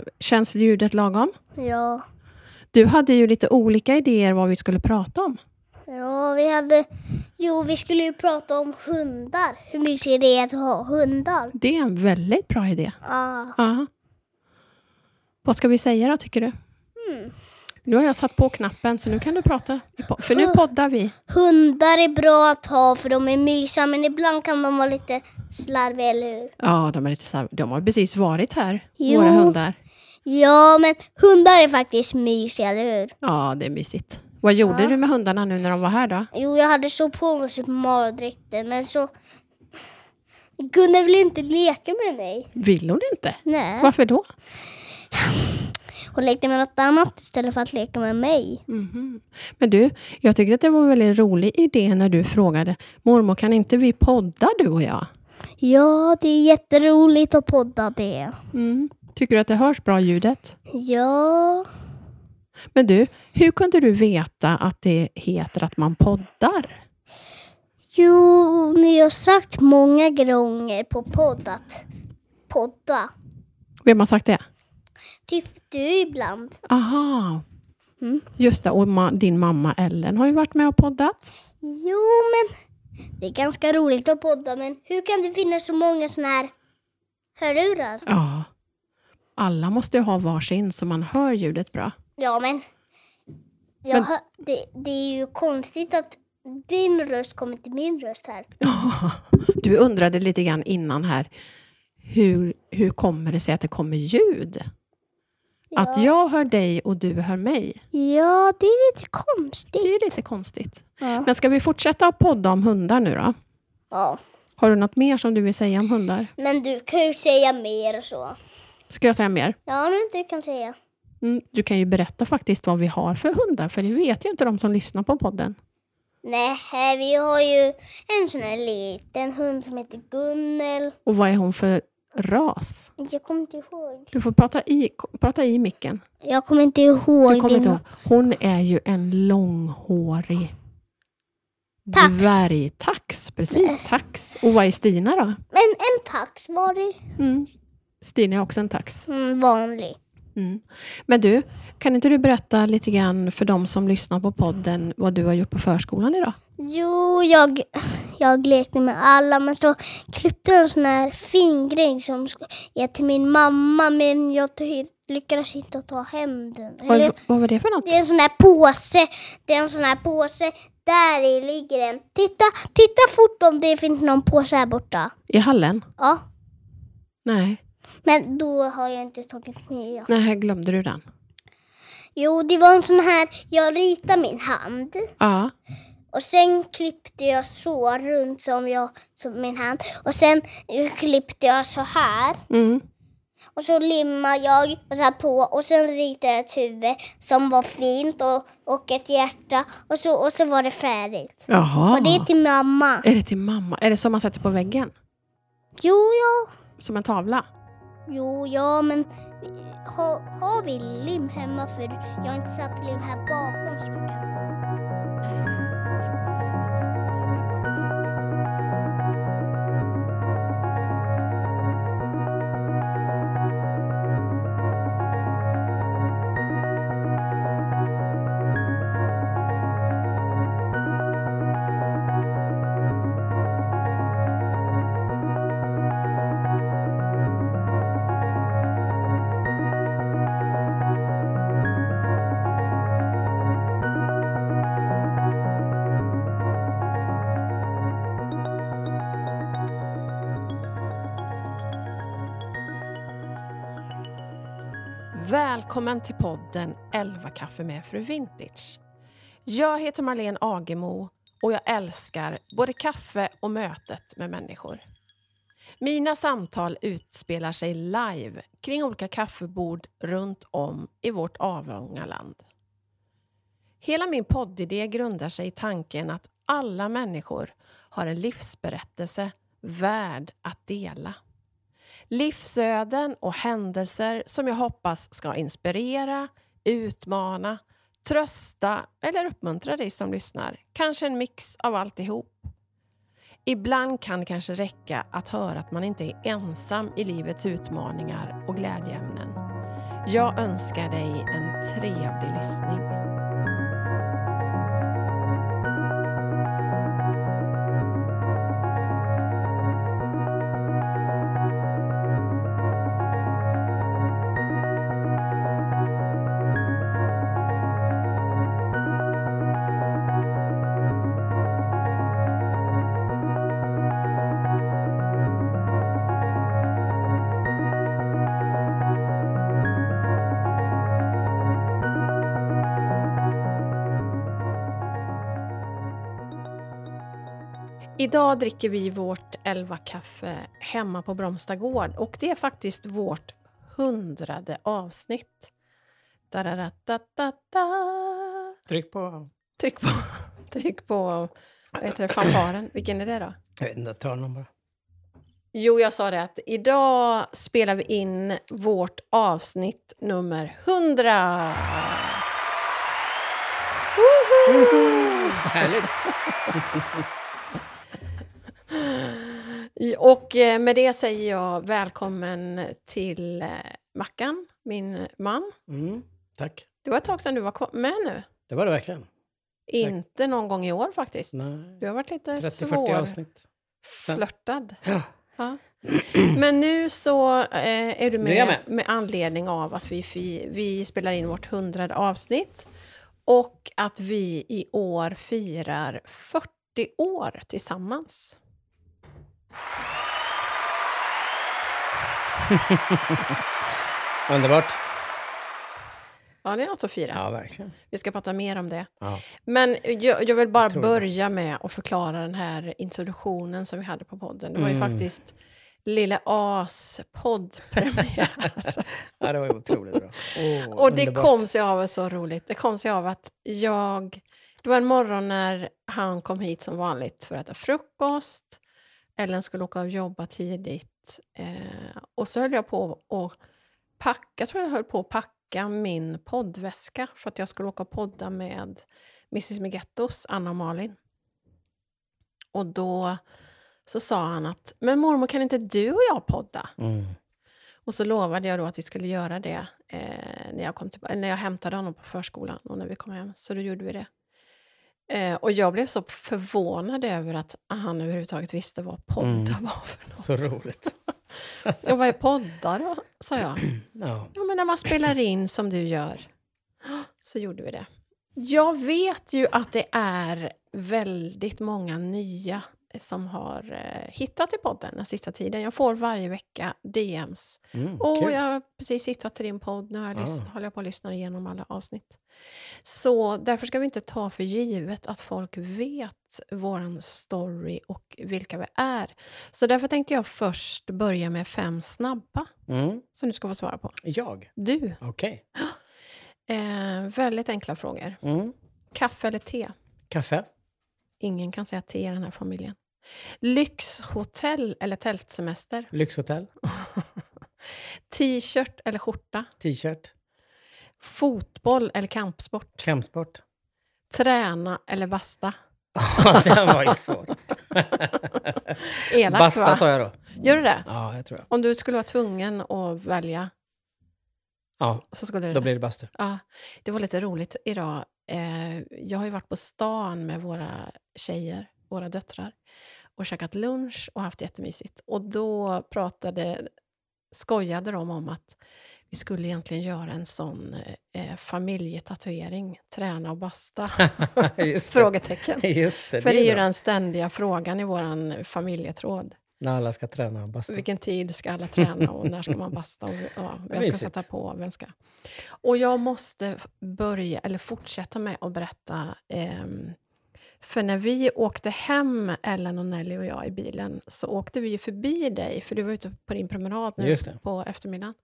Känns ljudet lagom? Ja. Du hade ju lite olika idéer vad vi skulle prata om. Ja, vi skulle ju prata om hundar. Hur mycket det är att ha hundar. Det är en väldigt bra idé. Ja. Ja. Vad ska vi säga då, tycker du? Nu har jag satt på knappen, så nu kan du prata. För nu poddar vi. Hundar är bra att ha för de är mysiga, men ibland kan de vara lite slarviga, eller hur? Ja, de är lite slarviga. De har precis varit här, Jo. våra hundar. Ja, men hundar är faktiskt mysiga, eller hur? Ja, det är mysigt. Vad gjorde du med hundarna nu när de var här då? Jo, jag hade så på mig Super Mario-dräkten, men så... Gunnar vill inte leka med mig. Vill hon inte? Nej. Varför då? Hon lekte med något annat istället för att leka med mig. Mhm. Men du, jag tyckte att det var en väldigt rolig idé när du frågade: mormor, kan inte vi podda, du och jag? Ja, det är jätteroligt att podda det. Tycker du att det hörs bra, ljudet? Ja. Men du, hur kunde du veta att det heter att man poddar? Jo, ni har sagt många gånger på podda. Vem har sagt det? Typ du ibland. Aha. Just det, och din mamma Ellen har ju varit med och poddat. Jo, men det är ganska roligt att podda, men hur kan det finnas så många såna här hörlurar? Ja. Alla måste ju ha varsin så man hör ljudet bra. Ja, men det är ju konstigt att din röst kommer till min röst här. Du undrade lite grann innan här. Hur kommer det sig att det kommer ljud? Ja. Att jag hör dig och du hör mig. Ja, det är lite konstigt. Det är lite konstigt. Ja. Men ska vi fortsätta att podda om hundar nu då? Ja. Har du något mer som du vill säga om hundar? Men du kan ju säga mer och så. Ska jag säga mer? Ja, men du kan säga. Du kan ju berätta faktiskt vad vi har för hundar. För det vet ju inte de som lyssnar på podden. Nej, vi har ju en sån här liten hund som heter Gunnel. Och vad är hon för ras? Jag kommer inte ihåg. Du får prata i micken. Jag kommer inte ihåg. Du kommer inte ihåg. Hon är ju en långhårig Tax. dvärgtax. Precis, tax. Och vad är Stina då? En tax var det. Stina är också en tax. Vanlig. Men du, kan inte du berätta lite grann för de som lyssnar på podden vad du har gjort på förskolan idag? Jo, jag lekte med alla, men så klippte jag en sån här fingring som är till min mamma, men jag lyckades inte ta hem den. Vad var det för något? Det är en sån här påse. Det är en sån här påse. Där i ligger den. Titta fort om det finns någon påse här borta. I hallen? Ja. Nej. Men då har jag inte tagit med. Nej, glömde du den? Jo, det var en sån här. Jag ritade min hand. Ja. Och sen klippte jag så runt som min hand. Och sen klippte jag så här. Och så limmade jag och så här på. Och sen ritade jag ett huvud som var fint och ett hjärta. Och så var det färdigt. Jaha. Och det är till mamma. Är det till mamma? Är det som man sätter på väggen? Jo, ja. Som en tavla? Jo, ja, men har vi lim hemma? För jag har inte satt lim här bakom så man kan. Välkommen till podden 11 kaffe med fru Vintage. Jag heter Marlene Agemo och jag älskar både kaffe och mötet med människor. Mina samtal utspelar sig live kring olika kaffebord runt om i vårt avlånga land. Hela min poddidé grundar sig i tanken att alla människor har en livsberättelse värd att dela. Livsöden och händelser som jag hoppas ska inspirera, utmana, trösta eller uppmuntra dig som lyssnar. Kanske en mix av alltihop. Ibland kan det kanske räcka att höra att man inte är ensam i livets utmaningar och glädjeämnen. Jag önskar dig en trevlig lyssning. Idag dricker vi vårt 11-kaffe hemma på Bromstagård och det är faktiskt vårt 100:e avsnitt. Tryck på. Tryck på vad heter det, fanfaren. Vilken är det då? Jag vet inte, ta någon bara. Jo, jag sa det att idag spelar vi in vårt avsnitt nummer 100. Härligt. Och med det säger jag välkommen till Mackan, min man. Tack. Det var ett tag sedan du var med nu. Det var det verkligen. Inte någon gång i år faktiskt. Nej. Du har varit lite 30-40 avsnitt. flörtad. Ja. Men nu så är du med anledning av att vi spelar in vårt 100:e avsnitt. Och att vi i år firar 40 år tillsammans. Underbart. Ja, det är något att fira. Ja, verkligen. Vi ska prata mer om det. Ja. Men jag vill bara börja med att förklara den här introduktionen som vi hade på podden. Det var ju faktiskt Lille As poddpremiär. Ja, det var ju otroligt bra. Och det kom sig av så roligt. Det kom sig av att det var en morgon när han kom hit som vanligt för att äta frukost. Ellen skulle åka och jobba tidigt. Och så höll jag på att packa. Jag tror jag höll på att packa min poddväska. För att jag skulle åka och podda med Mrs. Migettos, Anna och Malin. Och då så sa han att, men mormor, kan inte du och jag podda? Och så lovade jag då att vi skulle göra det när jag hämtade honom på förskolan och när vi kom hem. Så då gjorde vi det. Och jag blev så förvånad över att han överhuvudtaget visste vad podda var för något. Så roligt. Och vad är podda då, sa jag. Ja, men när man spelar in som du gör. Så gjorde vi det. Jag vet ju att det är väldigt många nya som har hittat till podden den sista tiden. Jag får varje vecka DMs. Och jag har precis hittat till din podd. Nu håller jag på att lyssna igenom alla avsnitt. Så därför ska vi inte ta för givet att folk vet våran story och vilka vi är. Så därför tänkte jag först börja med 5 snabba. Som du ska få svara på. Jag? Du. Okej. Väldigt enkla frågor. Kaffe eller te? Kaffe? Ingen kan säga te i den här familjen. Lyxhotell eller tältsemester? Lyxhotell? T-shirt eller skjorta? T-shirt? Fotboll eller kampsport? Kampsport? Träna eller basta? Den var ju svår. Elakt, basta va? tar jag då. Gör du det? Ja, jag tror jag. Om du skulle vara tvungen att välja, så skulle du då blir det bastu. Ja, det var lite roligt idag. Jag har ju varit på stan med våra tjejer, våra döttrar, och käkat lunch och haft jättemysigt. Och då skojade de om att vi skulle egentligen göra en sån familjetatuering, träna och basta. Frågetecken. Just det, för det är ju den ständiga frågan i våran familjetråd. När alla ska träna och basta. Vilken tid ska alla träna och när ska man basta? Och, vem ska sätta på? Vem ska? Och jag måste fortsätta med att berätta. För när vi åkte hem, Ellen och Nelly och jag i bilen, så åkte vi förbi dig. För du var ute på din promenad nu på eftermiddagen.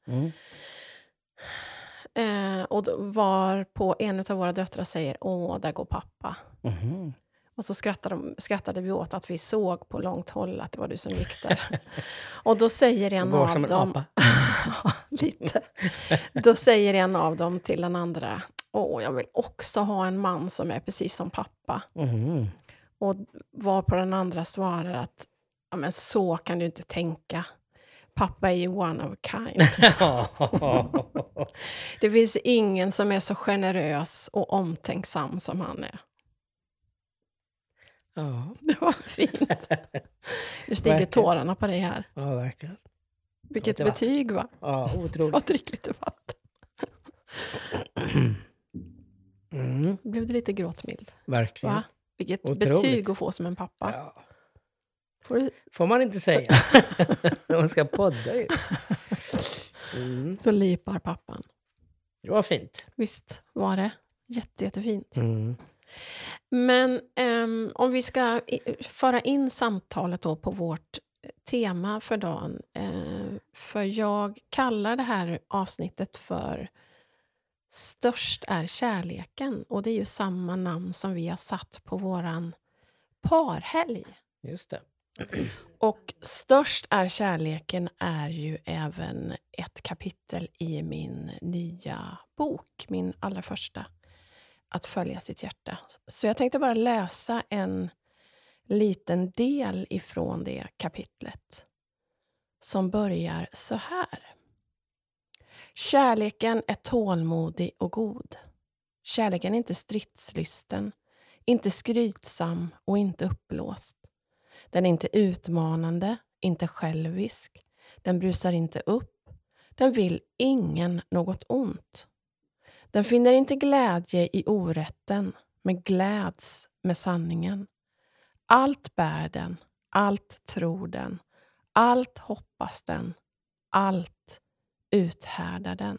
Och då var på en av våra döttrar säger, där går pappa. Och så skrattade vi åt att vi såg på långt håll att det var du som gick där. Och då säger en går av som dem... En apa. lite. Då säger en av dem till den andra, jag vill också ha en man som är precis som pappa. Och var på den andra svarar att, ja, men så kan du inte tänka. Pappa är ju one of a kind. Det finns ingen som är så generös och omtänksam som han är. Ja. Det var fint. Nu stiger Verkligen. tårarna på dig här. Ja, verkligen. Vilket Lite betyg, va? Ja, otroligt. Och drick lite vatten. Mm, Blev det lite gråtmild? verkligen. Va? Vilket Otroligt. betyg att få som en pappa. Ja. Får Får man inte säga. När man ska podda ju. Då lipar pappan. Det var fint. Visst var det. Jättefint. Mm. Men om vi ska föra in samtalet då på vårt tema för dagen. För jag kallar det här avsnittet för Störst är kärleken. Och det är ju samma namn som vi har satt på våran parhelg. Just det. Och Störst är kärleken är ju även ett kapitel i min nya bok. Min allra första. Att följa sitt hjärta. Så jag tänkte bara läsa en liten del ifrån det kapitlet. Som börjar så här. Kärleken är tålmodig och god. Kärleken är inte stridslysten, inte skrytsam och inte uppblåst. Den är inte utmanande, inte självisk. Den brusar inte upp. Den vill ingen något ont. Den finner inte glädje i orätten, men gläds med sanningen. Allt bär den, allt tror den, allt hoppas den, allt uthärdar den.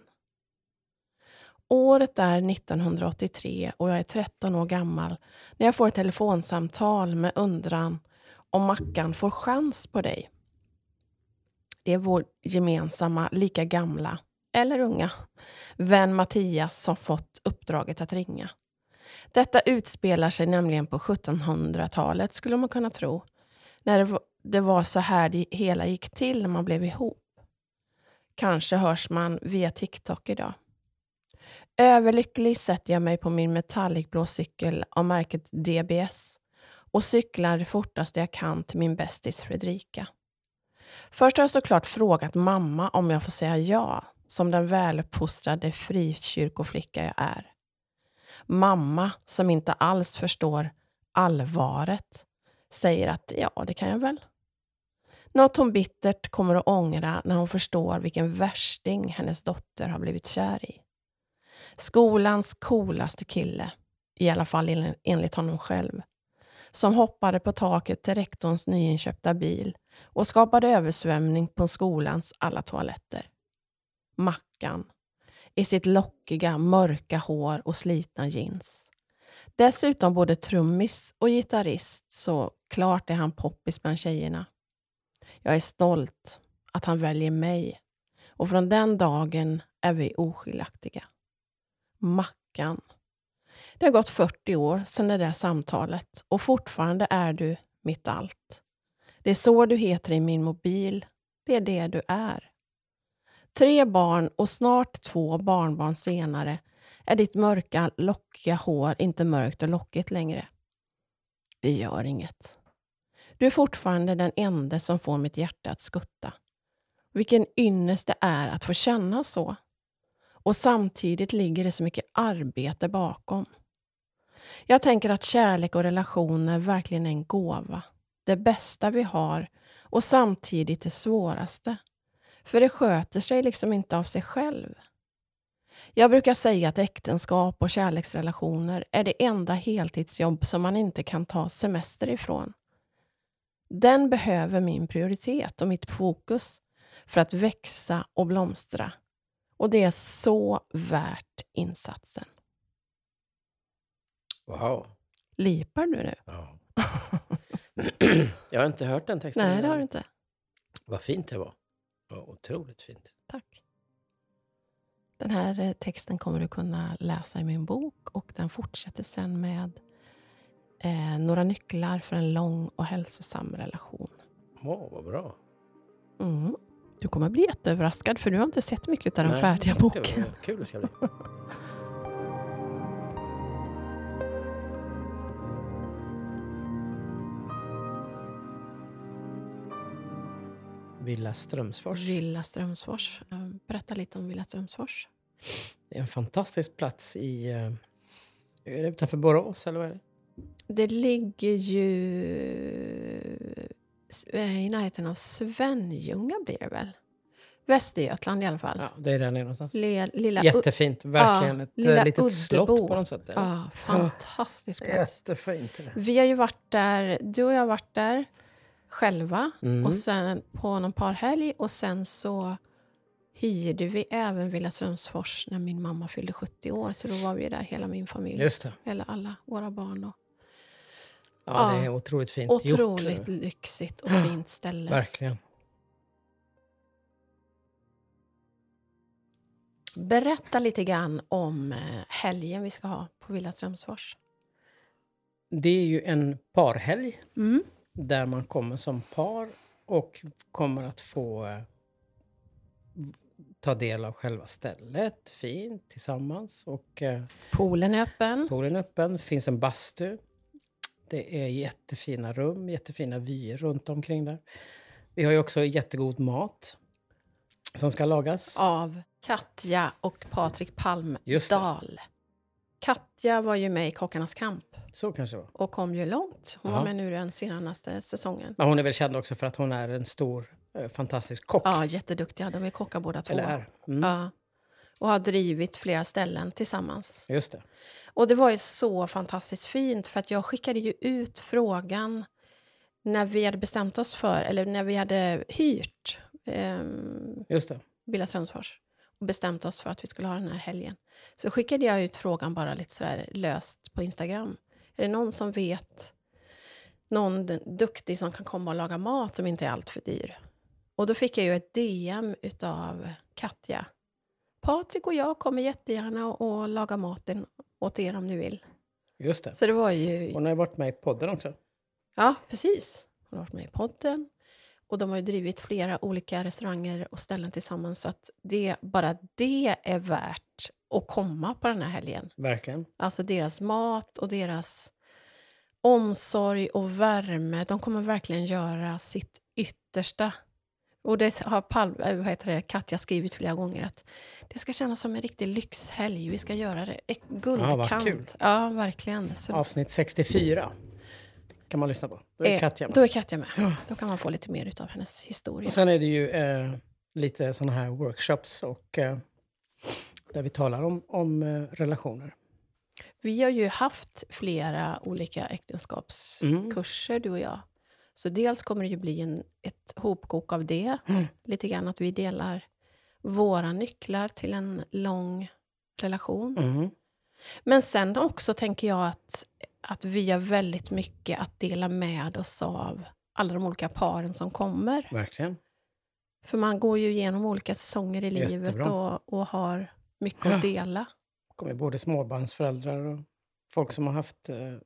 Året är 1983 och jag är 13 år gammal när jag får ett telefonsamtal med undran om Mackan får chans på dig. Det är vår gemensamma, lika gamla eller unga vän Mattias som fått uppdraget att ringa. Detta utspelar sig nämligen på 1700-talet skulle man kunna tro. När det var så här det hela gick till när man blev ihop. Kanske hörs man via TikTok idag. Överlycklig sätter jag mig på min metallicblå cykel av märket DBS och cyklar det fortaste jag kan till min bästis Fredrika. Först har jag såklart frågat mamma om jag får säga ja, som den väluppfostrade frikyrkoflicka jag är. Mamma, som inte alls förstår allvaret, säger att ja, det kan jag väl. Något hon bittert kommer att ångra när hon förstår vilken värsting hennes dotter har blivit kär i. Skolans coolaste kille, i alla fall enligt honom själv, som hoppade på taket till rektorns nyinköpta bil och skapade översvämning på skolans alla toaletter. Mackan, i sitt lockiga, mörka hår och slitna jeans. Dessutom både trummis och gitarrist, så klart är han poppis bland tjejerna. Jag är stolt att han väljer mig, och från den dagen är vi oskiljaktiga. Mackan. Det har gått 40 år sedan det där samtalet och fortfarande är du mitt allt. Det är så du heter i min mobil, det är det du är. 3 barn och snart 2 barnbarn senare är ditt mörka, lockiga hår inte mörkt och lockigt längre. Det gör inget. Du är fortfarande den enda som får mitt hjärta att skutta. Vilken ynnest det är att få känna så. Och samtidigt ligger det så mycket arbete bakom. Jag tänker att kärlek och relationer verkligen är en gåva. Det bästa vi har och samtidigt det svåraste. För det sköter sig liksom inte av sig själv. Jag brukar säga att äktenskap och kärleksrelationer är det enda heltidsjobb som man inte kan ta semester ifrån. Den behöver min prioritet och mitt fokus för att växa och blomstra. Och det är så värt insatsen. Wow. Lipar du nu? Ja. Jag har inte hört den texten. Nej, det har du inte. Vad fint det var. Otroligt fint. Tack. Den här texten kommer du kunna läsa i min bok. Och den fortsätter sen med några nycklar för en lång och hälsosam relation. Vad bra. Mm. Du kommer bli jätteöverraskad för du har inte sett mycket av den färdiga boken. Det var kul det ska bli. Villa Strömsfors. Villa Strömsfors. Berätta lite om Villa Strömsfors. Det är en fantastisk plats i... Är det utanför Borås eller vad är det? Det ligger ju i närheten av Svenljunga blir det väl. Västergötland i alla fall. Ja, det är där nere någonstans. Lilla Jättefint. Verkligen ja, ett lilla litet Uddebo. slott på något sätt. Eller? Ja, fantastisk plats. Jättefint. Är det. Vi har ju varit där, du och jag har varit där själva. Mm. Och sen på någon parhelg. Och sen så hyrde vi även Villa Strömsfors när min mamma fyllde 70 år. Så då var vi där hela min familj. Just det. Eller alla våra barn då. Ja, det är otroligt fint otroligt gjort. lyxigt och fint ställe. Verkligen. Berätta lite grann om helgen vi ska ha på Villa Strömsfors. Det är ju en parhelg. Mm. Där man kommer som par och kommer att få ta del av själva stället. Fint tillsammans. Och Poolen är öppen. poolen är öppen. Det finns en bastu. Det är jättefina rum, jättefina vyer runt omkring där. Vi har ju också jättegod mat som ska lagas. Av Katja och Patrik Just det. Palmdahl. Katja var ju med i Kockarnas kamp. Så kanske det var. Och kom ju långt. Hon Ja. var med nu den senaste säsongen. Men hon är väl känd också för att hon är en stor, fantastisk kock. Ja, jätteduktiga. De är kockar båda två. Eller är. Mm. Ja. Och har drivit flera ställen tillsammans. Just det. Och det var ju så fantastiskt fint. För att jag skickade ju ut frågan när vi hade bestämt oss för, eller när vi hade hyrt Just det. Villa Strömsfors och bestämt oss för att vi skulle ha den här helgen. Så skickade jag ut frågan bara lite sådär löst på Instagram. Är det någon som vet, någon duktig som kan komma och laga mat som inte är allt för dyr? Och då fick jag ju ett DM utav Katja. Patrik och jag kommer jättegärna och laga maten åt er om ni vill. Just det. Så det var ju... Hon har ju varit med i podden också. Ja, precis. Hon har varit med i podden. Och de har ju drivit flera olika restauranger och ställen tillsammans. Så att bara det är värt att komma på den här helgen. Verkligen. Alltså deras mat och deras omsorg och värme. De kommer verkligen göra sitt yttersta. Och det har Katja skrivit flera gånger. Att det ska kännas som en riktig lyxhelg. Vi ska göra det guldkant. Ja, vad kul. Ja, verkligen. Så Avsnitt 64 kan man lyssna på. Då är Katja med. Då är Katja med. Ja. Då kan man få lite mer av hennes historia. Och sen är det ju lite sådana här workshops och där vi talar om relationer. Vi har ju haft flera olika äktenskapskurser, du och jag. Så dels kommer det ju bli ett hopkok av det. Lite grann att vi delar våra nycklar till en lång relation. Mm. Men sen också tänker jag att vi har väldigt mycket att dela med oss av alla de olika paren som kommer. Verkligen. För man går ju igenom olika säsonger i livet Jättebra. och har mycket att dela. Det kommer både småbarnsföräldrar och folk som har haft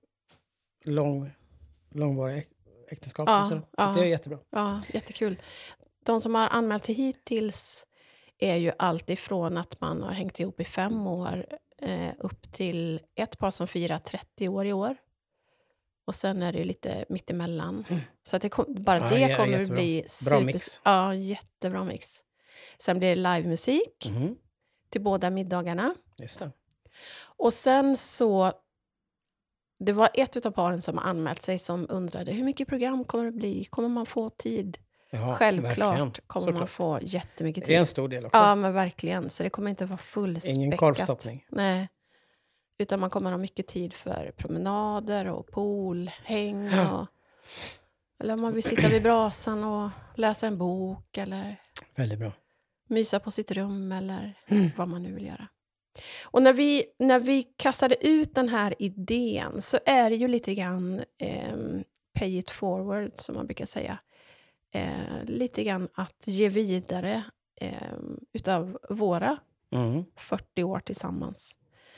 långvariga äktenskap. Ja, och så. Så ja. det är jättebra. Ja, jättekul. De som har anmält sig hittills är ju allt ifrån att man har hängt ihop i 5 år upp till ett par som firar 30 år i år. Och sen är det ju lite mittemellan. Så att det kommer jättebra. bli Bra mix. Ja, jättebra mix. Sen blir det livemusik Mm. till båda middagarna. Just det. Och sen så... Det var ett av paren som har anmält sig som undrade hur mycket program kommer det bli? Kommer man få tid? Ja, Självklart verkligen. kommer man få jättemycket tid. Det är en stor del också. Ja, men verkligen. Så det kommer inte vara fullspäckat. Ingen korvstoppning. Nej. Utan man kommer ha mycket tid för promenader och pool, häng. Eller om man vill sitta vid brasan och läsa en bok. Eller Väldigt bra. mysa på sitt rum. Eller vad man nu vill göra. Och när vi kastade ut den här idén så är det ju lite grann pay it forward som man brukar säga. Lite grann att ge vidare utav våra 40 år tillsammans.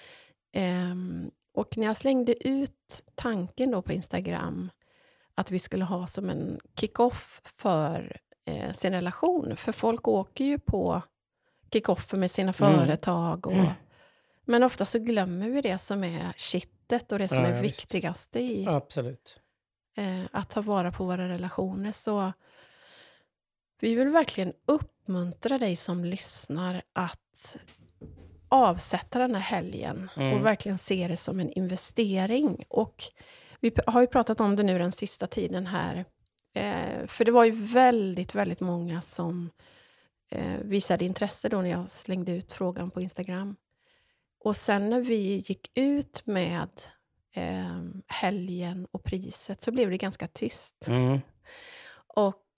Och när jag slängde ut tanken då på Instagram att vi skulle ha som en kick-off för sin relation. För folk åker ju på kick-offer med sina företag. Men ofta så glömmer vi det som är kittet och det som är viktigaste i Absolut. att ta vara på våra relationer. Så vi vill verkligen uppmuntra dig som lyssnar att avsätta den här helgen och verkligen se det som en investering. Och vi har ju pratat om det nu den sista tiden här. För det var ju väldigt, väldigt många som visade intresse då när jag slängde ut frågan på Instagram. Och sen när vi gick ut med helgen och priset så blev det ganska tyst. Och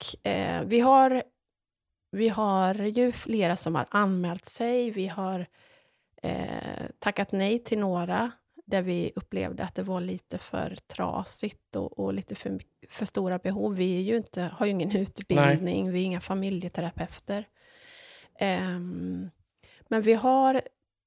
vi har ju flera som har anmält sig. Vi har tackat nej till några där vi upplevde att det var lite för trasigt och lite för stora behov. Vi är ju har ju ingen utbildning, nej. Vi är inga familjeterapeuter. Men vi har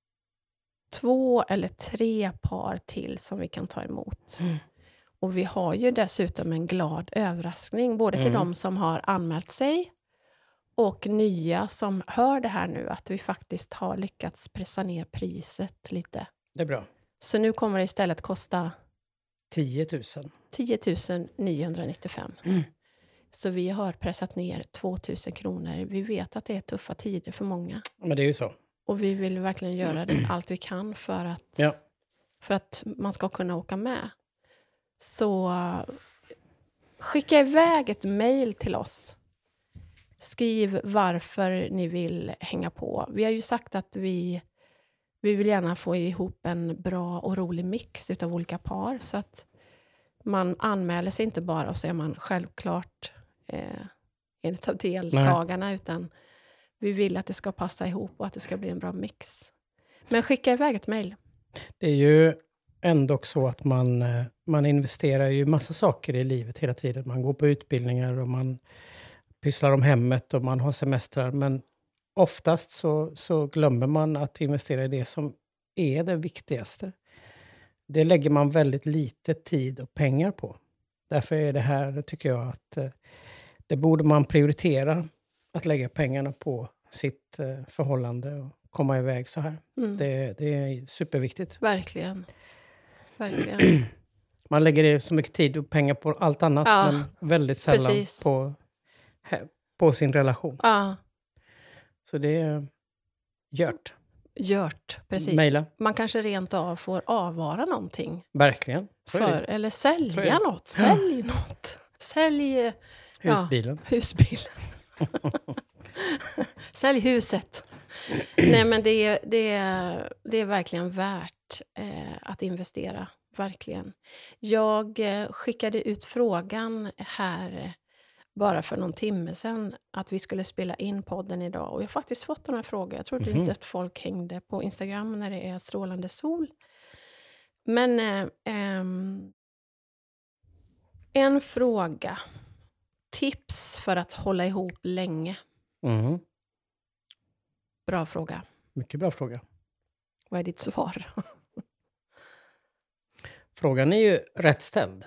2 eller 3 par till som vi kan ta emot. Och vi har ju dessutom en glad överraskning både till de som har anmält sig och nya som hör det här nu, att vi faktiskt har lyckats pressa ner priset lite. Det är bra. Så nu kommer det istället kosta 10 995. Så vi har pressat ner 2 000 kronor. Vi vet att det är tuffa tider för många. Men det är ju så. Och vi vill verkligen göra det allt vi kan för att man ska kunna åka med. Så skicka iväg ett mejl till oss. Skriv varför ni vill hänga på. Vi har ju sagt att vi vill gärna få ihop en bra och rolig mix utav olika par. Så att man anmäler sig inte bara och så är man självklart en av deltagarna. Nej. Utan vi vill att det ska passa ihop och att det ska bli en bra mix. Men skicka iväg ett mejl. Det är ju ändå så att man investerar ju massa saker i livet hela tiden. Man går på utbildningar och man pysslar om hemmet och man har semestrar. Men oftast så glömmer man att investera i det som är det viktigaste. Det lägger man väldigt lite tid och pengar på. Därför är det här, tycker jag, att det borde man prioritera. Att lägga pengarna på sitt förhållande och komma iväg så här. Det är superviktigt. Verkligen. Verkligen. Man lägger så mycket tid och pengar på allt annat. Men väldigt sällan på sin relation. Ja. Så det är gjort. Precis. Maila. Man kanske rent av får avvara någonting. Verkligen. Eller sälja något. Sälj något. Sälj husbilen. Husbilen. Sälj huset. Nej, men det är verkligen värt att investera. Verkligen. Jag skickade ut frågan här bara för någon timme sedan att vi skulle spela in podden idag. Och jag har faktiskt fått de här frågorna. Jag trodde inte att folk hängde på Instagram när det är strålande sol. Men en fråga. Tips för att hålla ihop länge. Bra fråga. Mycket bra fråga. Vad är ditt svar? Frågan är ju rätt ställd.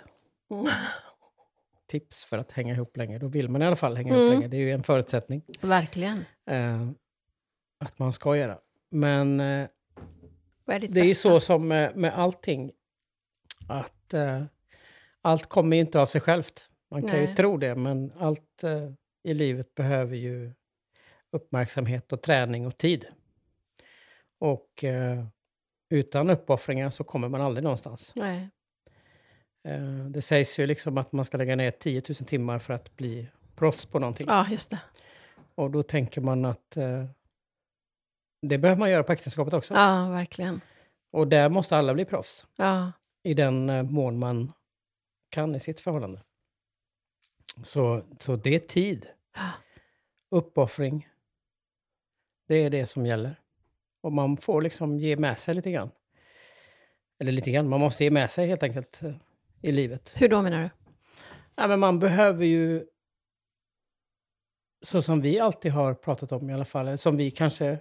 Tips för att hänga ihop länge. Då vill man i alla fall hänga ihop länge. Det är ju en förutsättning. Verkligen. Att man ska göra. Men vad är ditt det är ju bästa? så som med allting. Att allt kommer ju inte av sig självt. Man kan ju tro det. Men allt i livet behöver ju uppmärksamhet och träning och tid. Och utan uppoffringar så kommer man aldrig någonstans. Nej. Det sägs ju liksom att man ska lägga ner 10 000 timmar för att bli proffs på någonting. Ja, just det. Och då tänker man att det behöver man göra på äktenskapet också. Ja, verkligen. Och där måste alla bli proffs. Ja. I den mån man kan i sitt förhållande. Så det är tid. Uppoffring. Det är det som gäller. Och man får liksom ge med sig lite grann. Eller lite grann. Man måste ge med sig helt enkelt i livet. Hur då menar du? Ja, men man behöver ju, så som vi alltid har pratat om i alla fall, eller som vi kanske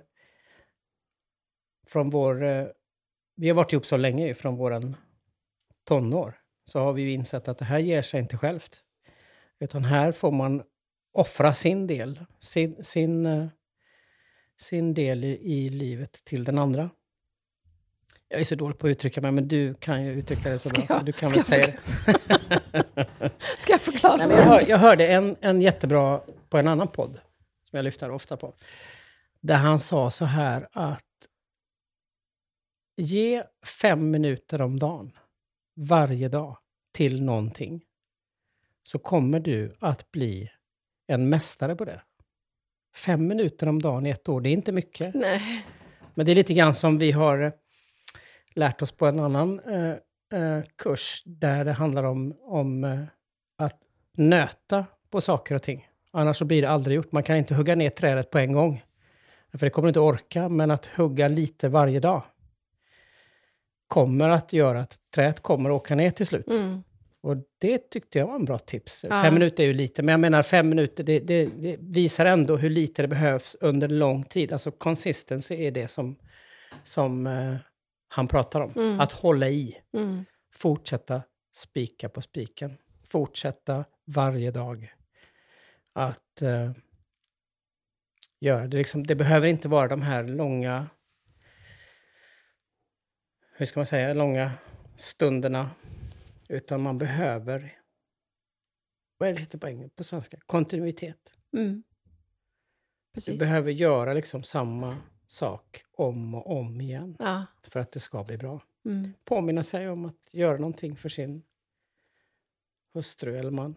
från vi har varit ihop så länge från våran tonår, så har vi ju insett att det här ger sig inte självt. Utan här får man offra sin del, sin del i livet till den andra. Jag är så dålig på att uttrycka mig, men du kan ju uttrycka det så bra. Så du kan väl säga det. Ska jag förklara? Nej, men jag hörde en jättebra på en annan podd, som jag lyfter ofta på. Där han sa så här att ge 5 minuter om dagen, varje dag, till någonting. Så kommer du att bli en mästare på det. 5 minuter om dagen i 1 år, det är inte mycket. Nej. Men det är lite grann som vi har lärt oss på en annan kurs. Där det handlar om att nöta på saker och ting. Annars så blir det aldrig gjort. Man kan inte hugga ner trädet på en gång. För det kommer inte orka. Men att hugga lite varje dag kommer att göra att trädet kommer att åka ner till slut. Mm. Och det tyckte jag var en bra tips. 5 minuter är ju lite, men jag menar 5 minuter, det visar ändå hur lite det behövs under lång tid. Alltså consistency är det som han pratar om. Mm. Att hålla i. Mm. Fortsätta spika på spiken. Fortsätta varje dag. Att göra det. Liksom, det behöver inte vara de här långa, hur ska man säga, långa stunderna. Utan man behöver, vad är det heter på svenska? Kontinuitet. Mm. Precis. Du behöver göra liksom samma sak om och om igen. Ja. För att det ska bli bra. Mm. Påminna sig om att göra någonting för sin hustru eller man.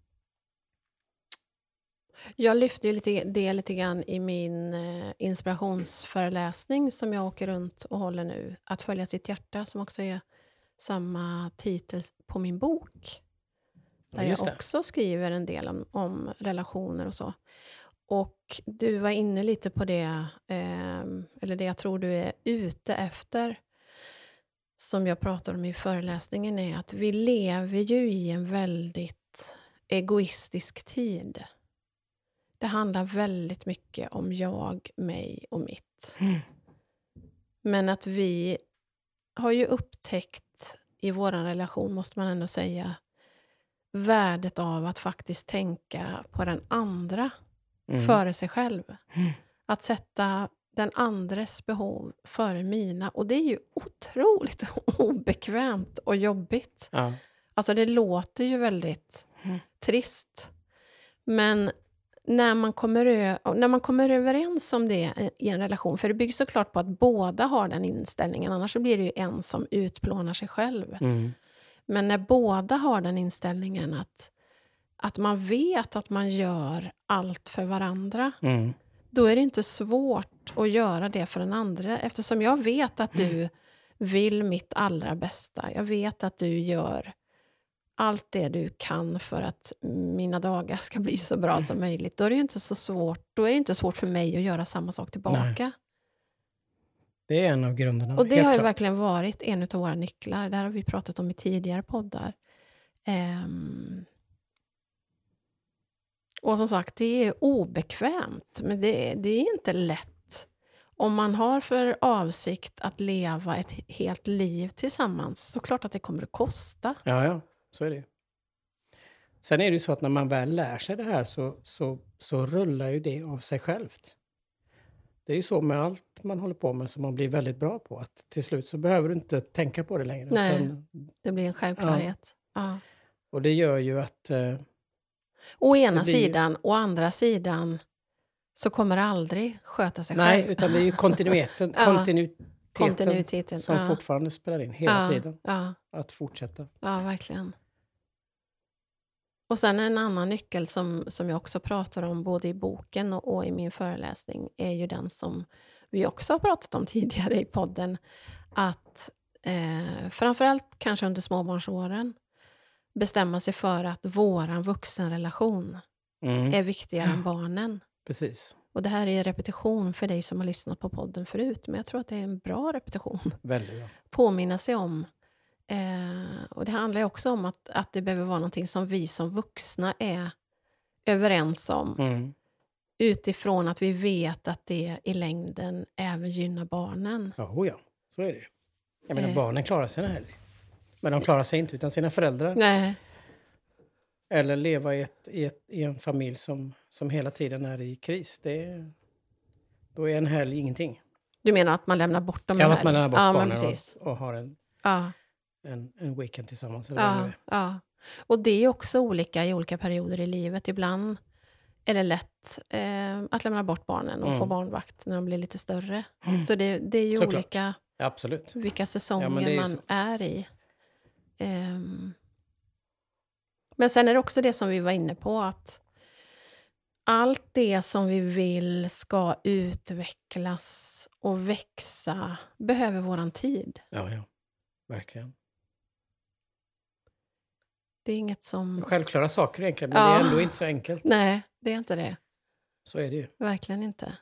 Jag lyfte ju lite grann i min inspirationsföreläsning som jag åker runt och håller nu. Att följa sitt hjärta, som också är samma titel på min bok. Där Ja, jag också skriver en del om relationer och så. Och du var inne lite på det, eller det jag tror du är ute efter, som jag pratar om i föreläsningen, är att vi lever ju i en väldigt egoistisk tid. Det handlar väldigt mycket om jag, mig och mitt. Mm. Men att vi har ju upptäckt i vår relation, måste man ändå säga, värdet av att faktiskt tänka på den andra före sig själv. Mm. Att sätta den andres behov före mina. Och det är ju otroligt obekvämt och jobbigt. Ja. Alltså det låter ju väldigt trist. Men när man kommer överens om det i en relation, för det bygger såklart på att båda har den inställningen, annars så blir det ju en som utplånar sig själv. Mm. Men när båda har den inställningen att man vet att man gör allt för varandra, då är det inte svårt att göra det för den andra. Eftersom jag vet att du vill mitt allra bästa. Jag vet att du gör allt det du kan för att mina dagar ska bli så bra som möjligt. Då är det ju inte så svårt. Då är det inte svårt för mig att göra samma sak tillbaka. Nej. Det är en av grunderna. Och det har ju verkligen varit en av våra nycklar. Det här har vi pratat om i tidigare poddar. Och som sagt, det är obekvämt. Men det är inte lätt. Om man har för avsikt att leva ett helt liv tillsammans, så klart att det kommer att kosta. Ja, så är det. Sen är det ju så att när man väl lär sig det här så rullar ju det av sig självt. Det är ju så med allt man håller på med som man blir väldigt bra på. Att till slut så behöver du inte tänka på det längre. Nej, utan, det blir en självklarhet. Ja. Och det gör ju att... Å ena sidan, å andra sidan så kommer det aldrig sköta sig själv. Nej, utan det är ju kontinuiteten som fortfarande spelar in hela tiden. Ja. Att fortsätta. Ja, verkligen. Och sen en annan nyckel som jag också pratar om både i boken och i min föreläsning är ju den som vi också har pratat om tidigare i podden. Att framförallt kanske under småbarnsåren bestämma sig för att våran vuxenrelation är viktigare än barnen. Precis. Och det här är repetition för dig som har lyssnat på podden förut. Men jag tror att det är en bra repetition. Väldigt bra. Påminna sig om. Och det handlar ju också om att det behöver vara någonting som vi som vuxna är överens om. Utifrån att vi vet att det i längden även gynnar barnen. Ja, så är det. Jag menar, barnen klarar sig här. Men de klarar sig inte utan sina föräldrar. Nej. Eller leva i en familj som hela tiden är i kris. Då är en helg ingenting. Du menar att man lämnar bort dem? Ja, att man lämnar bort barnen och har en weekend tillsammans. Eller ja. Och det är också olika i olika perioder i livet. Ibland är det lätt att lämna bort barnen och få barnvakt när de blir lite större. Så det är ju såklart. olika Absolut. Vilka säsonger man är i. Men sen är det också det som vi var inne på, att allt det som vi vill ska utvecklas och växa behöver våran tid. Ja, verkligen. Det är inget som... Självklara saker egentligen, men det är ändå inte så enkelt. Nej, det är inte det. Så är det ju. Verkligen inte.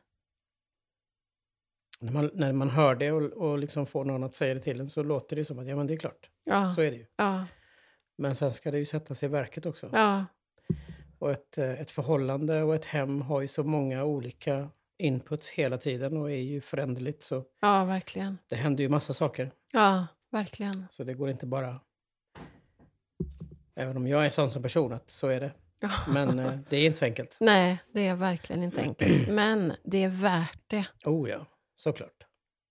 När man hör det och liksom får någon att säga det till en, så låter det som att men det är klart. Ja. Så är det ju. Ja. Men sen ska det ju sätta sig i verket också. Ja. Och ett förhållande och ett hem har ju så många olika inputs hela tiden och är ju föränderligt. Så Ja, verkligen. det händer ju massa saker. Ja, verkligen. Så det går inte bara... Även om jag är sån som person, att så är det. Men det är inte så enkelt. Nej, det är verkligen inte enkelt. Men det är värt det. Oh ja, såklart.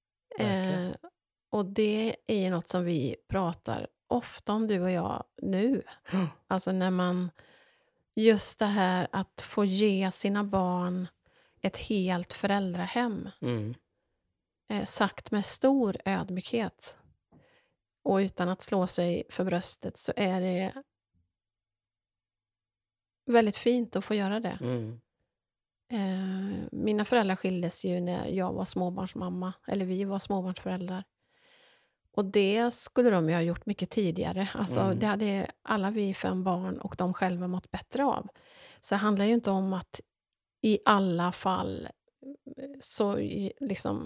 Och det är något som vi pratar ofta om, du och jag, nu. Alltså när man... Just det här att få ge sina barn ett helt föräldrahem. Sagt med stor ödmjukhet. Och utan att slå sig för bröstet, så är det väldigt fint att få göra det. Mina föräldrar skildes ju när jag var småbarnsmamma. Eller vi var småbarnsföräldrar. Och det skulle de ju ha gjort mycket tidigare. Alltså det hade alla vi 5 barn och de själva mått bättre av. Så det handlar ju inte om att i alla fall så liksom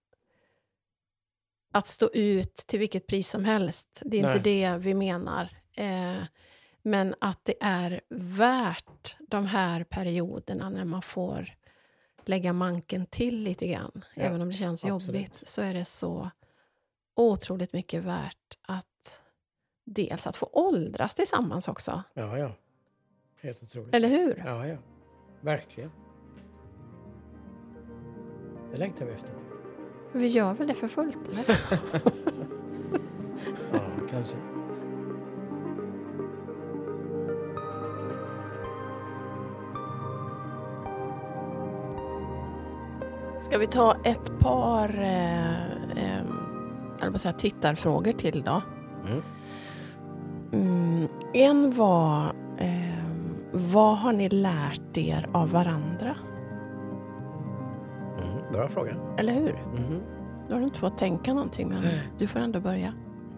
att stå ut till vilket pris som helst. Det är inte det vi menar. Men att det är värt de här perioderna när man får lägga manken till lite grann. Ja, även om det känns jobbigt, så är det så otroligt mycket värt att dels att få åldras tillsammans också. Ja. Helt otroligt. Eller hur? Ja. Verkligen. Det längtar vi efter. Vi gör väl det för fullt, eller? Ja, kanske. Ska vi ta ett par tittarfrågor till då? En var, vad har ni lärt er av varandra? Bra fråga. Eller hur? Du har inte fått tänka någonting, men du får ändå börja.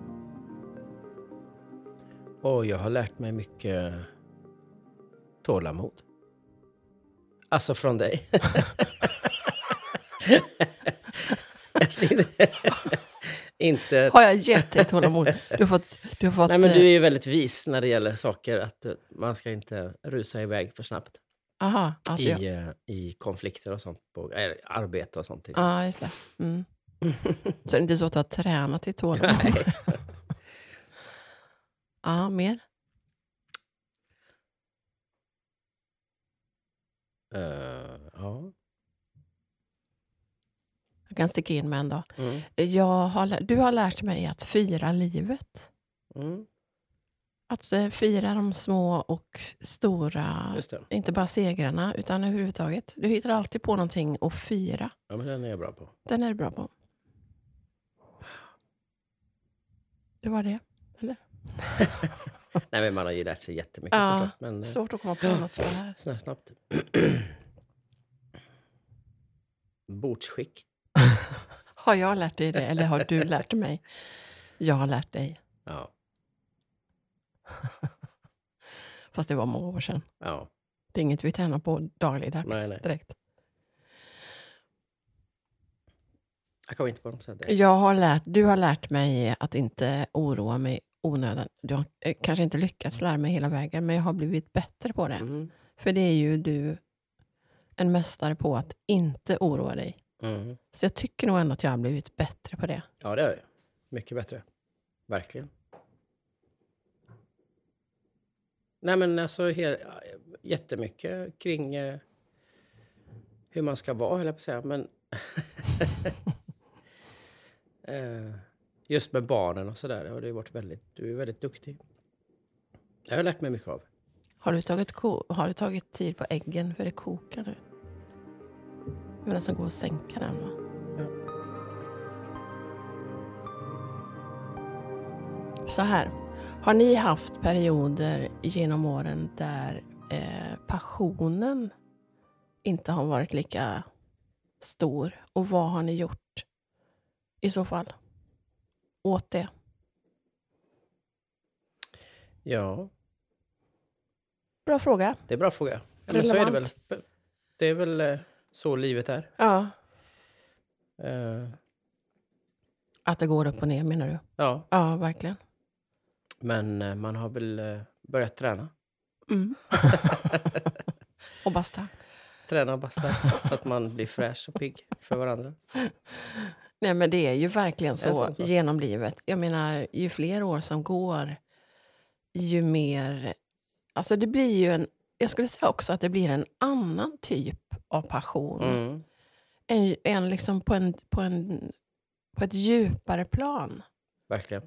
Och jag har lärt mig mycket tålamod. Alltså från dig. Inte... Har jag gett dig tålamod? Du har fått... Nej, men du är ju väldigt vis när det gäller saker. Att man ska inte rusa iväg för snabbt. Aha, i konflikter och sånt. På arbete och sånt. Ja, just det. Så är det inte så att du har tränat i tålamod? Nej. Ja, mer? Ja. Jag kan sticka in med en dag. Du har lärt mig att fira livet. Att fira de små och stora, inte bara segrarna, utan överhuvudtaget. Du hittar alltid på någonting att fira. Ja, men den är jag bra på. Den är du bra på. Det var det, eller? Nej, men man har ju lärt sig jättemycket. Ja, men, svårt att komma på något för det här. Snabbt. Bordsskick. Har jag lärt dig det, eller har du lärt mig? Jag har lärt dig. Ja. Fast det var många år sedan. Ja. Det är inget vi tränar på dagligdags direkt. Jag kommer inte på något sätt. Du har lärt mig att inte oroa mig onödan. Du har kanske inte lyckats lära mig hela vägen, men jag har blivit bättre på det. För det är ju du en mästare på att inte oroa dig. Så jag tycker nog ändå att jag har blivit bättre på det. Ja, det är det. Mycket bättre. Verkligen. Nej, men alltså jättemycket kring hur man ska vara, eller på att säga. Men just med barnen och sådär har det varit du är väldigt duktig. Jag har lärt mig mycket av. Har du tagit tid på äggen för det kokar nu? Jag vill nästan gå och sänka den, va? Ja. Så här. Har ni haft perioder genom åren där passionen inte har varit lika stor? Och vad har ni gjort i så fall åt det? Ja, Bra fråga. det är en bra fråga. Ja, men så är det väl. Det är väl så livet är. Ja. Eh, Att det går upp och ner, menar du? ja, Ja, verkligen. men man har väl börjat träna. Mm. Och basta. Träna och basta så att man blir fräsch och pigg för varandra. Nej, men det är ju verkligen så sån sak. genom livet. Jag menar, ju fler år som går, ju mer... Alltså det blir ju en... Jag skulle säga också att det blir en annan typ av passion. Mm. En liksom på ett djupare plan. Verkligen.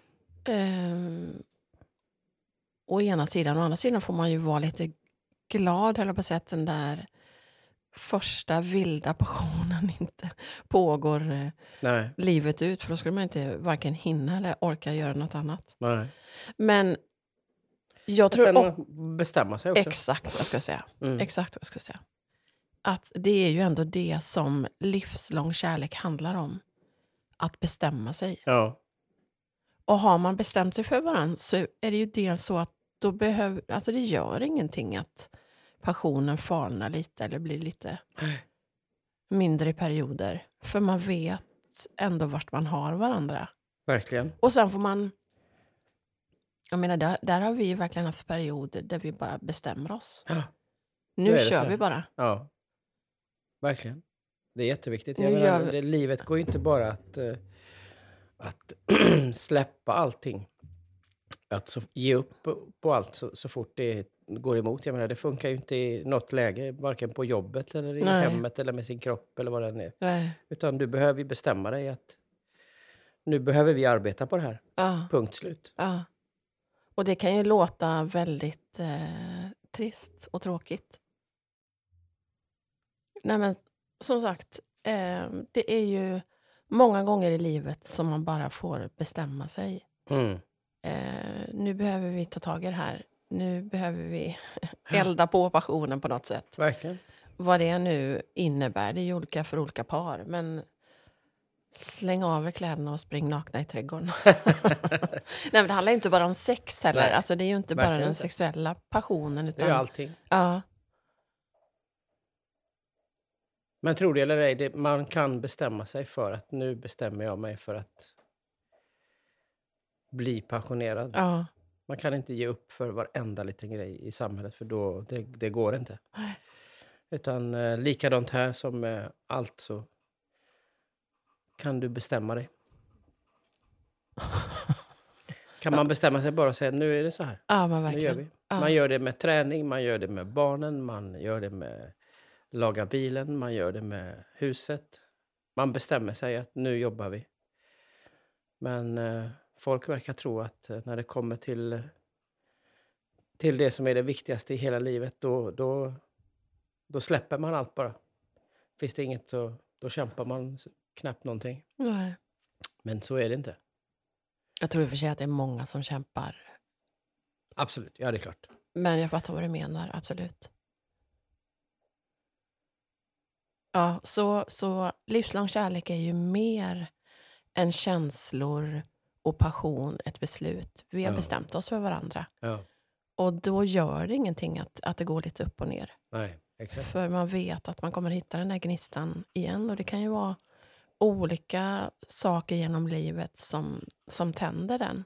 Å ena sidan. Å andra sidan får man ju vara lite glad, eller på att säga, att den där första vilda passionen inte pågår Nej. livet ut. För då skulle man inte varken hinna eller orka göra något annat. Nej. Men jag tror... Sen bestämma sig också. Exakt vad jag ska säga. Mm. Exakt vad jag ska säga. Att det är ju ändå det som livslång kärlek handlar om. Att bestämma sig. Ja. Och har man bestämt sig för varandra så är det ju dels så att då alltså det gör ingenting att passionen falnar lite eller blir lite mindre i perioder. För man vet ändå vart man har varandra. Verkligen. Och sen får man... Jag menar, där har vi verkligen haft perioder där vi bara bestämmer oss. Ja. Nu kör vi bara. Ja. Verkligen. Det är jätteviktigt. Nu gör vi... Livet går ju inte bara att släppa allting. Att ge upp på allt så fort det går emot. Jag menar, det funkar ju inte i något läge. Varken på jobbet eller i hemmet eller med sin kropp eller vad det än är. Nej. Utan du behöver ju bestämma dig att nu behöver vi arbeta på det här. Ja. Punkt slut. Ja. Och det kan ju låta väldigt trist och tråkigt. Nej, men som sagt, det är ju många gånger i livet som man bara får bestämma sig. Mm. Nu behöver vi ta tag i det här. Nu behöver vi elda på passionen på något sätt. Verkligen. Vad det nu innebär, det är ju olika för olika par. Men släng av er kläderna och spring nakna i trädgården. Nej, men det handlar inte bara om sex heller. Nej, alltså, det är ju inte bara den inte. sexuella passionen. Utan, Det är ju allting. Ja. Men tror det eller ej, man kan bestämma sig för att nu bestämmer jag mig för att bli passionerad. Ja. Man kan inte ge upp för varenda liten grej i samhället, för då det går inte. Nej. Utan likadant här som med allt, så kan du bestämma dig. Kan man bestämma sig bara och säga nu är det så här. Ja, men Nu verkligen. gör vi. Ja. Man gör det med träning, man gör det med barnen, man gör det med laga bilen, man gör det med huset. Man bestämmer sig att nu jobbar vi. Men folk verkar tro att när det kommer till det som är det viktigaste i hela livet, då släpper man allt bara. Finns det inget, då kämpar man knappt någonting. Nej. Men så är det inte. Jag tror i och för sig att det är många som kämpar. Absolut, ja det är klart. Men jag fattar vad du menar, absolut. Ja, så livslång kärlek är ju mer än känslor och passion, ett beslut. Vi har bestämt oss för varandra. Ja. Och då gör det ingenting att det går lite upp och ner. Nej, exakt. För man vet att man kommer hitta den där gnistan igen. Och det kan ju vara olika saker genom livet som tänder den.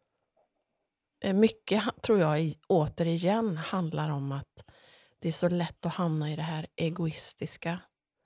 Mycket tror jag återigen handlar om att det är så lätt att hamna i det här egoistiska.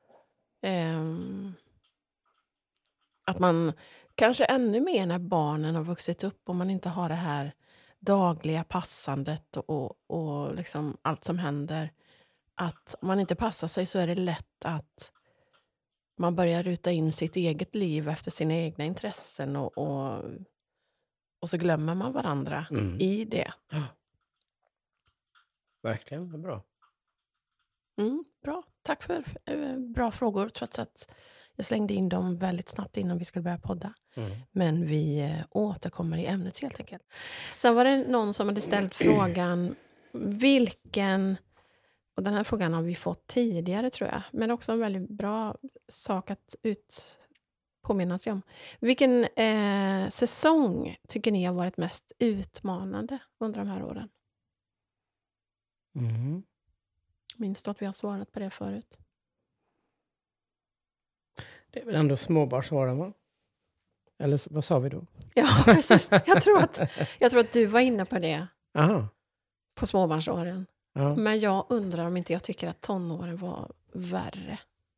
Att man kanske ännu mer när barnen har vuxit upp och man inte har det här dagliga passandet och liksom allt som händer. Att om man inte passar sig så är det lätt att man börjar ruta in sitt eget liv efter sina egna intressen och så glömmer man varandra i det. Ja. Verkligen, det är bra. Bra, tack för bra frågor, trots att Jag slängde in dem väldigt snabbt innan vi skulle börja podda. Men vi återkommer i ämnet helt enkelt. Sen var det någon som hade ställt frågan vilken... Och den här frågan har vi fått tidigare tror jag. Men också en väldigt bra sak att påminna sig om. Vilken säsong tycker ni har varit mest utmanande under de här åren? Minns du att vi har svarat på det förut? Det är väl ändå småbarnsåren, va? Eller vad sa vi då? Ja, precis. Jag tror att du var inne på det. Aha. På småbarnsåren. Ja. Men jag undrar om inte jag tycker att tonåren var värre.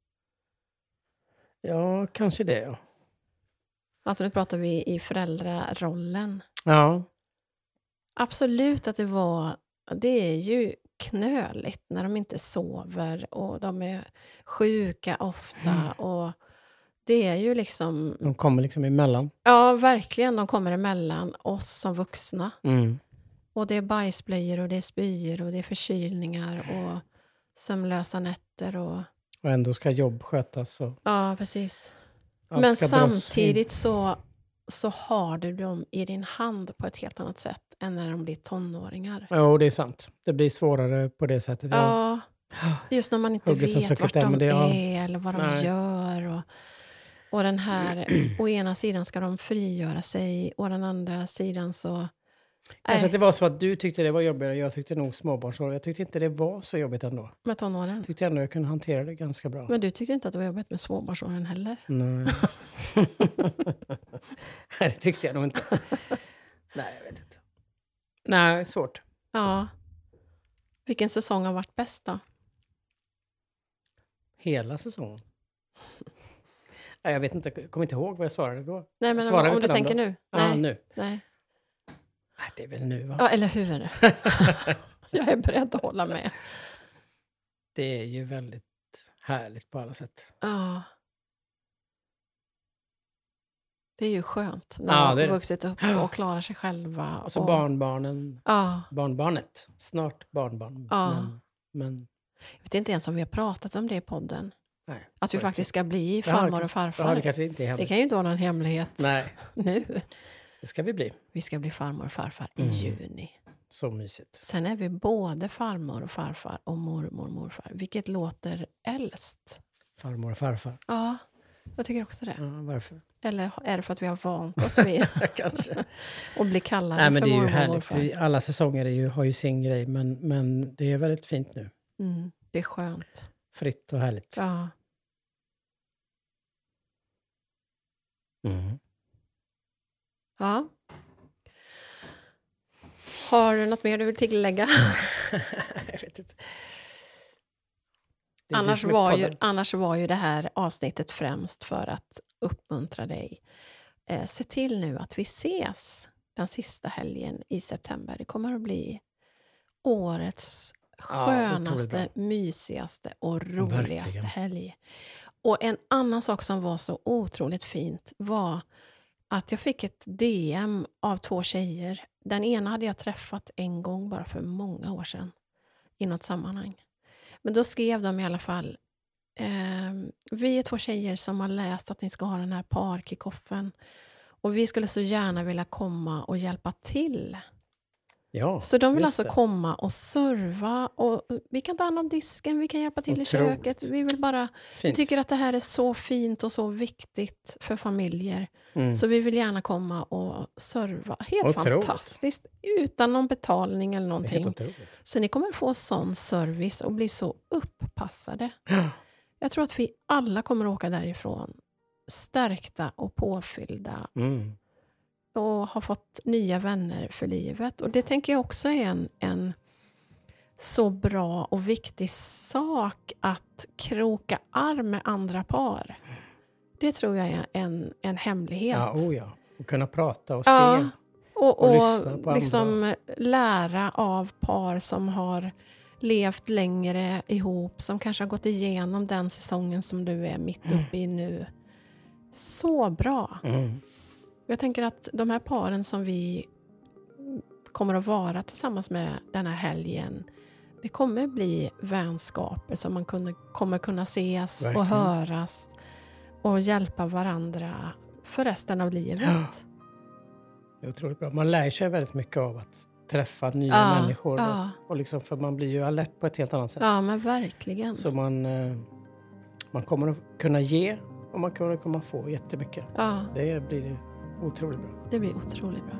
Ja, kanske det, ja. Alltså nu pratar vi i föräldrarollen. Ja. Absolut att det är ju knöligt när de inte sover och de är sjuka ofta och det är ju liksom... De kommer liksom emellan. Ja, verkligen. De kommer emellan oss som vuxna. Mm. Och det är bajsblöjor och det är spyor och det är förkylningar och sömnlösa nätter och... Och ändå ska jobb skötas. Och ja, precis. allt Men ska dras samtidigt så har du dem i din hand på ett helt annat sätt än när de blir tonåringar. Ja, det är sant. Det blir svårare på det sättet. Ja, just när man inte vet vart de är eller vad de gör. Och den här, å ena sidan ska de frigöra sig och den andra sidan så... Kanske att det var så att du tyckte det var jobbigare och jag tyckte nog småbarnsår. Jag tyckte inte det var så jobbigt ändå. Med tonåren? Jag tyckte ändå jag kunde hantera det ganska bra. Men du tyckte inte att det var jobbigt med småbarnsåren heller? Nej. Nej, det tyckte jag nog inte. Nej, jag vet inte. Nej, svårt. Ja. Vilken säsong har varit bäst då? Hela säsongen. Nej, jag vet inte, jag kommer inte ihåg vad jag svarade då. Nej, men om du tänker nu? Ja, Nej. nu. Nej. Nej, det är väl nu, va? Ja, eller hur? Jag är beredd att hålla med. Det är ju väldigt härligt på alla sätt. Ja. Det är ju skönt när de har vuxit upp och klarar sig själva. Och så barnbarnen. Ja. Barnbarnet. Snart barnbarn. Ja. Men... Jag vet inte ens om vi har pratat om det i podden. Nej, att vi faktiskt ska bli farmor och farfar. Ja, det kanske inte är hemligt. Det kan ju inte vara någon hemlighet. Nej. Nu. Det ska vi bli. Vi ska bli farmor och farfar i juni. Så mysigt. Sen är vi både farmor och farfar och mormor och morfar. Vilket låter äldst. Farmor och farfar. Ja, jag tycker också det. Ja, varför? Eller är det för att vi har vant oss vid kanske. Och bli kallade Nej, men för det är ju mormor och härligt. morfar. Alla säsonger har ju sin grej. Men det är väldigt fint nu. Det är skönt. Fritt och härligt. Ja. Ja. Har du något mer du vill tillägga? Jag vet inte. Annars var ju det här avsnittet främst för att uppmuntra dig. Se till nu att vi ses den sista helgen i september. Det kommer att bli årets skönaste, mysigaste och roligaste helg. Och en annan sak som var så otroligt fint var att jag fick ett DM av 2 tjejer. Den ena hade jag träffat en gång bara för många år sedan i något sammanhang. Men då skrev de i alla fall: vi är 2 tjejer som har läst att ni ska ha den här parkickoffen. Och vi skulle så gärna vilja komma och hjälpa till. Ja, så de vill alltså komma och serva. Och vi kan ta hand om disken, vi kan hjälpa till i köket. Vi vill bara... Vi tycker att det här är så fint och så viktigt för familjer. Så vi vill gärna komma och serva. Helt fantastiskt. Utan någon betalning eller någonting. Så ni kommer få sån service och bli så upppassade. Jag tror att vi alla kommer åka därifrån stärkta och påfyllda. Och har fått nya vänner för livet. Och det tänker jag också är en så bra och viktig sak att kroka arm med andra par. Det tror jag är en hemlighet. Ja. Och kunna prata och se. Och lyssna på liksom andra. Lära av par som har levt längre ihop. Som kanske har gått igenom den säsongen som du är mitt uppe i nu. Så bra. Jag tänker att de här paren som vi kommer att vara tillsammans med den här helgen, det kommer bli vänskaper som man kommer kunna ses och höras Och hjälpa varandra för resten av livet. Ja. Det är otroligt bra. Man lär sig väldigt mycket av att träffa nya människor. Och liksom, för man blir ju alert på ett helt annat sätt. Ja, men verkligen. Så man kommer att kunna ge och man kommer att kunna få jättemycket. Ja. Det blir otroligt bra. Det blir otroligt bra.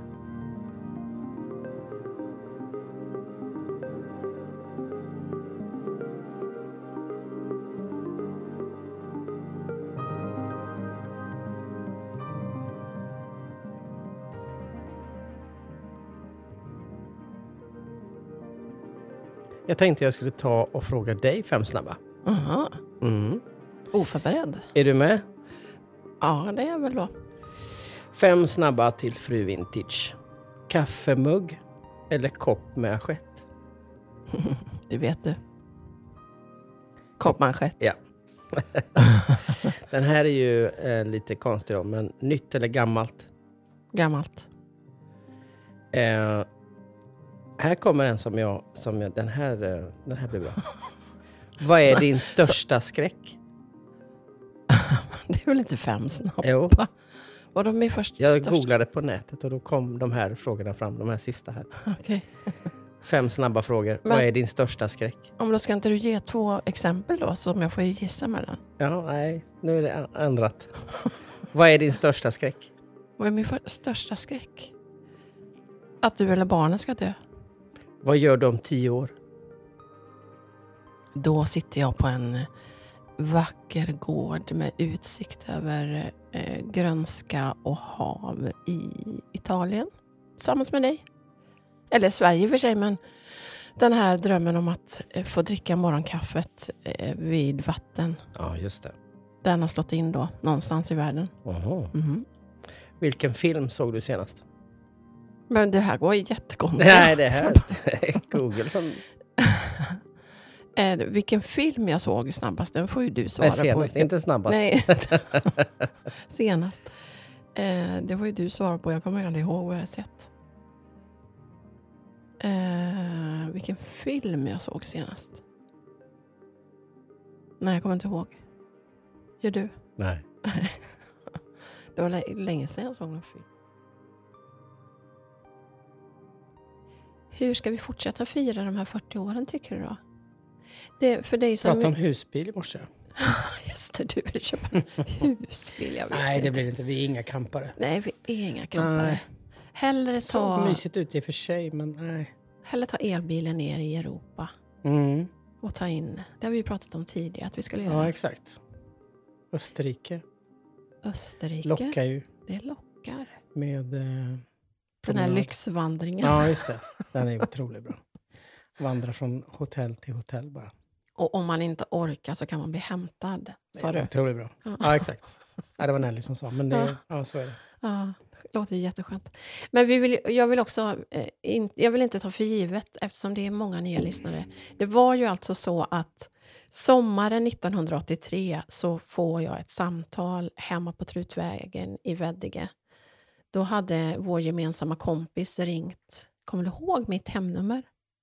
Jag tänkte jag skulle ta och fråga dig 5 snabba. Aha. Mm. Oförberedd. Är du med? Ja, det är väl då. 5 snabba till fru Vintage. Kaffemugg eller kopp med assiett? Det vet du. Koppmanschett. Ja. Den här är ju lite konstig då, men nytt eller gammalt? Gammalt. Här kommer en som jag den här blir bra. Vad är din största skräck? Det är väl inte 5 snabba? Jo. Vad de är först? Jag googlade på nätet och då kom de här frågorna fram, de här sista här. Okej. 5 snabba frågor. Men, vad är din största skräck? Om då ska inte du ge 2 exempel då, som jag får gissa mellan? Ja, nej. Nu är det ändrat. Vad är din största skräck? Vad är min största skräck? Att du eller barnen ska dö. Vad gör du om 10 år? Då sitter jag på en vacker gård med utsikt över grönska och hav i Italien. Tillsammans med dig. Eller Sverige i och för sig, men den här drömmen om att få dricka morgonkaffet vid vatten. Ja, just det. Den har slått in då, någonstans i världen. Mm. Vilken film såg du senast? Men det här går jättekonstigt. Nej, det här är Google som... Vilken film jag såg snabbast, den får ju du svara Nej, senast, på. inte snabbast. Nej, senast. Det var ju du svara på, jag kommer aldrig ihåg vad jag sett. Vilken film jag såg senast? Nej, jag kommer inte ihåg. Gör du? Nej. Det var länge sedan jag såg någon film. Hur ska vi fortsätta fira de här 40 åren, tycker du då? Det, för dig som... Prata om husbil i morse. Just det, du vill köpa en husbil. Jag vet Nej, inte. det blir inte. Vi är inga campare. Nej, vi är inga campare. Nej. Hellre Så ta... mysigt ut i och för sig, men nej. Hellre ta elbilen ner i Europa. Mm. Och ta in... Det har vi ju pratat om tidigare att vi skulle göra. Ja, exakt. Österrike Österrike. lockar ju Det lockar. med... Den här lyxvandringen. Ja, just det. Den är otroligt bra. Vandra från hotell till hotell bara. Och om man inte orkar så kan man bli hämtad. Sa du? Otroligt bra. Ja, exakt. Ja, det var Nelly som sa. Men det, ja, så är det. Ja, det låter jätteskönt. Men jag vill också... jag vill inte ta för givet, eftersom det är många nya lyssnare. Det var ju alltså så att sommaren 1983 så får jag ett samtal hemma på Trutvägen i Veddige. Då hade vår gemensamma kompis ringt. Kommer du ihåg mitt hemnummer?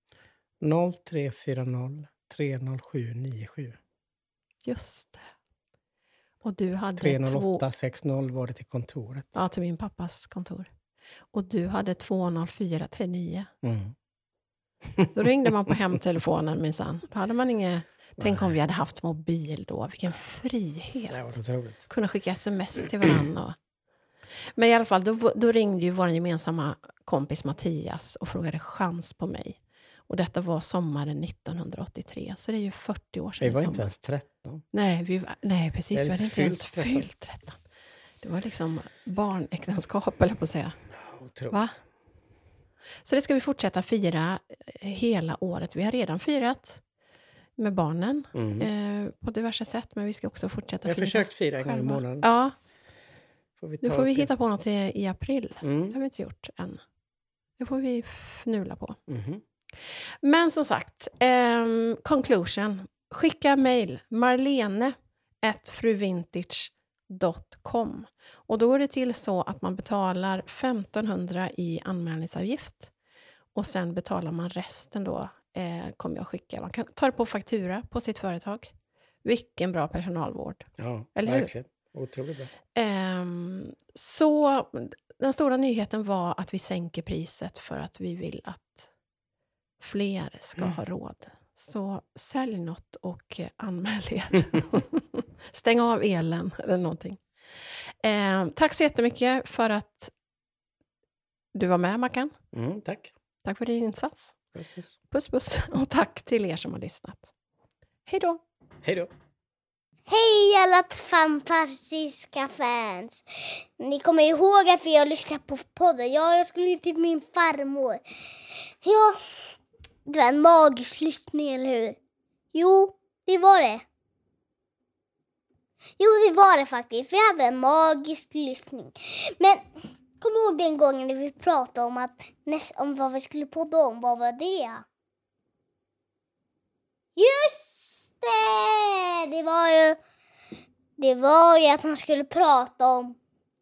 0340 30797. Just det. Och du hade 30860 var det till kontoret. Ja, till min pappas kontor. Och du hade 20439. Mm. Då ringde man på hemtelefonen minsann. Då hade man inget... Tänk om vi hade haft mobil då. Vilken frihet. Det var så otroligt. Kunna skicka sms till varandra. Men i alla fall, då ringde ju vår gemensamma kompis Mattias och frågade chans på mig. Och detta var sommaren 1983. Så det är ju 40 år sedan. Vi var inte ens 13. Nej, precis. Vi hade inte ens fyllt 13. Det var liksom barnäktenskap, eller på att säga. Otroligt. Va? Så det ska vi fortsätta fira hela året. Vi har redan firat med barnen på diverse sätt. Men vi ska också fortsätta fira. Jag har försökt fira en gång i månaden. Ja. Nu får vi hitta på något i april. Mm. Det har vi inte gjort än. Det får vi fnula på. Mm. Men som sagt, conclusion. Skicka mejl. marlene@fruvintage.com. Och då går det till så att man betalar 1500 i anmälningsavgift. Och sen betalar man resten då. Kommer jag skicka. Man kan ta det på faktura på sitt företag. Vilken bra personalvård. Ja, eller hur? verkligen. Otroligt bra. Så den stora nyheten var att vi sänker priset för att vi vill att fler ska ha råd. Så sälj något och anmäl er. Stäng av elen eller någonting. Tack så jättemycket för att du var med, Mackan. Tack. Tack för din insats. Puss, puss. Puss, puss. Och tack till er som har lyssnat. Hej då. Hej då. Hej alla fantastiska fans. Ni kommer ihåg att vi har lyssnat på podden. Ja, jag skulle till min farmor. Ja, det var en magisk lyssning, eller hur? Jo, det var det. Jo, det var det faktiskt. Vi hade en magisk lyssning. Men kom ihåg den gången när vi pratade om att om vad vi skulle podda om. Vad var det? Just det! Det var ju att man skulle prata om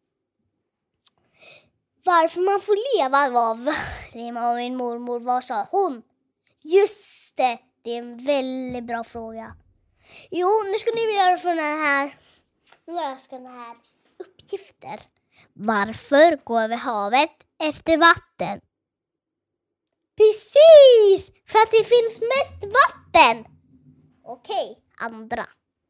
varför man får leva. Vad min mormor, vad sa hon? Just det, det är en väldigt bra fråga. Jo, nu ska ni göra för den här uppgifter. Varför går vi havet efter vatten? Precis, för att det finns mest vatten. Okej, andra.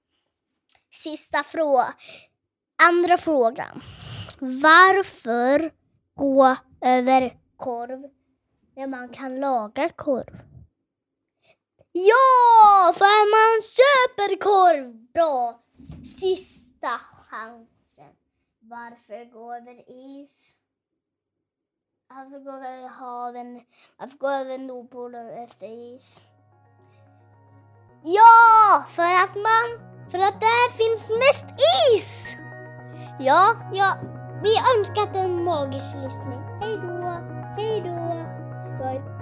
Andra frågan. Varför gå över korv när man kan laga korv? Ja, för att man köper korv. Bra. Sista chansen. Varför gå över is? Varför gå över haven? Varför gå över Nordpolen efter is? Ja, för att där finns mest is. Ja, vi önskar en magisk lyssning. Hej då.